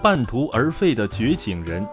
半途而废的掘井人。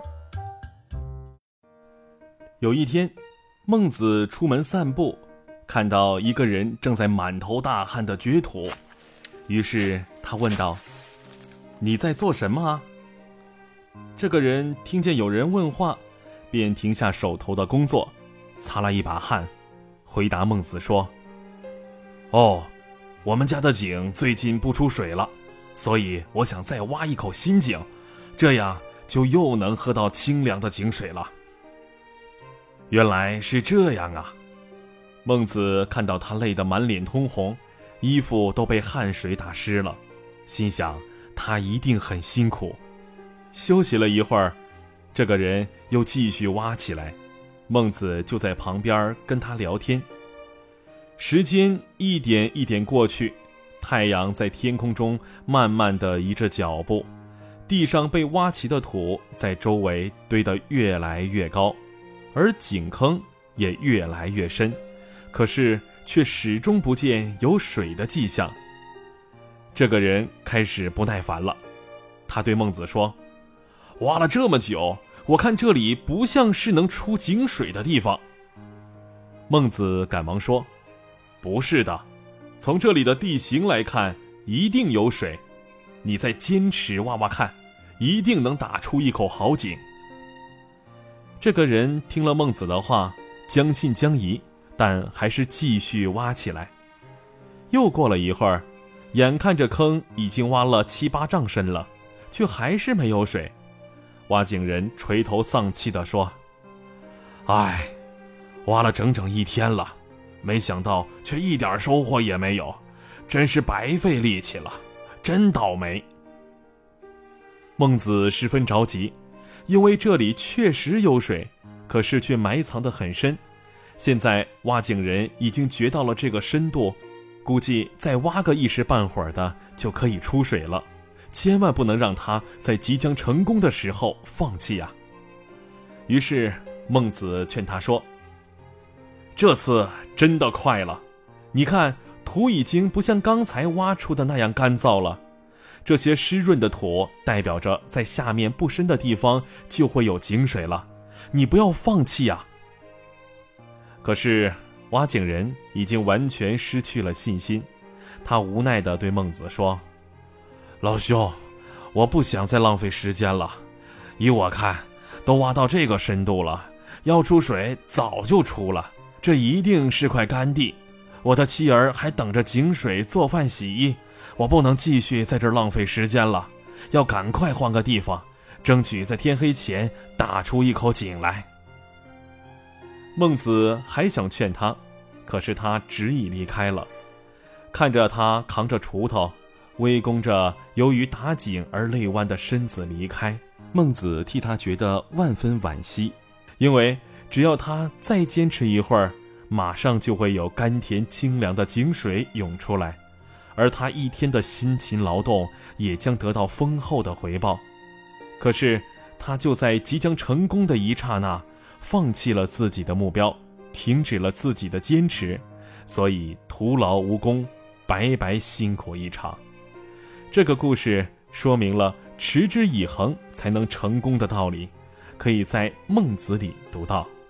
有一天，孟子出门散步，看到一个人正在满头大汗地掘土，于是他问道：“你在做什么啊？”这个人听见有人问话，便停下手头的工作，擦了一把汗，回答孟子说：“哦，我们家的井最近不出水了，所以我想再挖一口新井，这样就又能喝到清凉的井水了。”原来是这样啊！孟子看到他累得满脸通红，衣服都被汗水打湿了，心想他一定很辛苦。休息了一会儿，这个人又继续挖起来，孟子就在旁边跟他聊天。时间一点一点过去，太阳在天空中慢慢地移着脚步，地上被挖起的土在周围堆得越来越高，而井坑也越来越深，可是却始终不见有水的迹象。这个人开始不耐烦了，他对孟子说：“挖了这么久，我看这里不像是能出井水的地方。”孟子赶忙说：“不是的，从这里的地形来看，一定有水。你再坚持挖挖看，一定能打出一口好井。”这个人听了孟子的话，将信将疑，但还是继续挖起来。又过了一会儿，眼看着坑已经挖了7、8丈深了，却还是没有水。挖井人垂头丧气地说：“唉，挖了整整1天了，没想到却一点收获也没有，真是白费力气了，真倒霉。”孟子十分着急，因为这里确实有水，可是却埋藏得很深。现在挖井人已经掘到了这个深度，估计再挖个一时半会儿的就可以出水了，千万不能让他在即将成功的时候放弃啊。于是孟子劝他说：“这次真的快了，你看土已经不像刚才挖出的那样干燥了，这些湿润的土代表着在下面不深的地方就会有井水了，你不要放弃啊。”可是挖井人已经完全失去了信心，他无奈地对孟子说：“老兄，我不想再浪费时间了，依我看，都挖到这个深度了，要出水早就出了，这一定是块干地，我的妻儿还等着井水做饭洗衣，我不能继续在这儿浪费时间了，要赶快换个地方，争取在天黑前打出一口井来。”孟子还想劝他，可是他执意离开了。看着他扛着锄头，微弓着由于打井而累弯的身子离开，孟子替他觉得万分惋惜，因为只要他再坚持一会儿，马上就会有甘甜清凉的井水涌出来，而他一天的辛勤劳动也将得到丰厚的回报。可是他就在即将成功的一刹那放弃了自己的目标，停止了自己的坚持，所以徒劳无功，白白辛苦一场。这个故事说明了持之以恒才能成功的道理，可以在孟子里读到。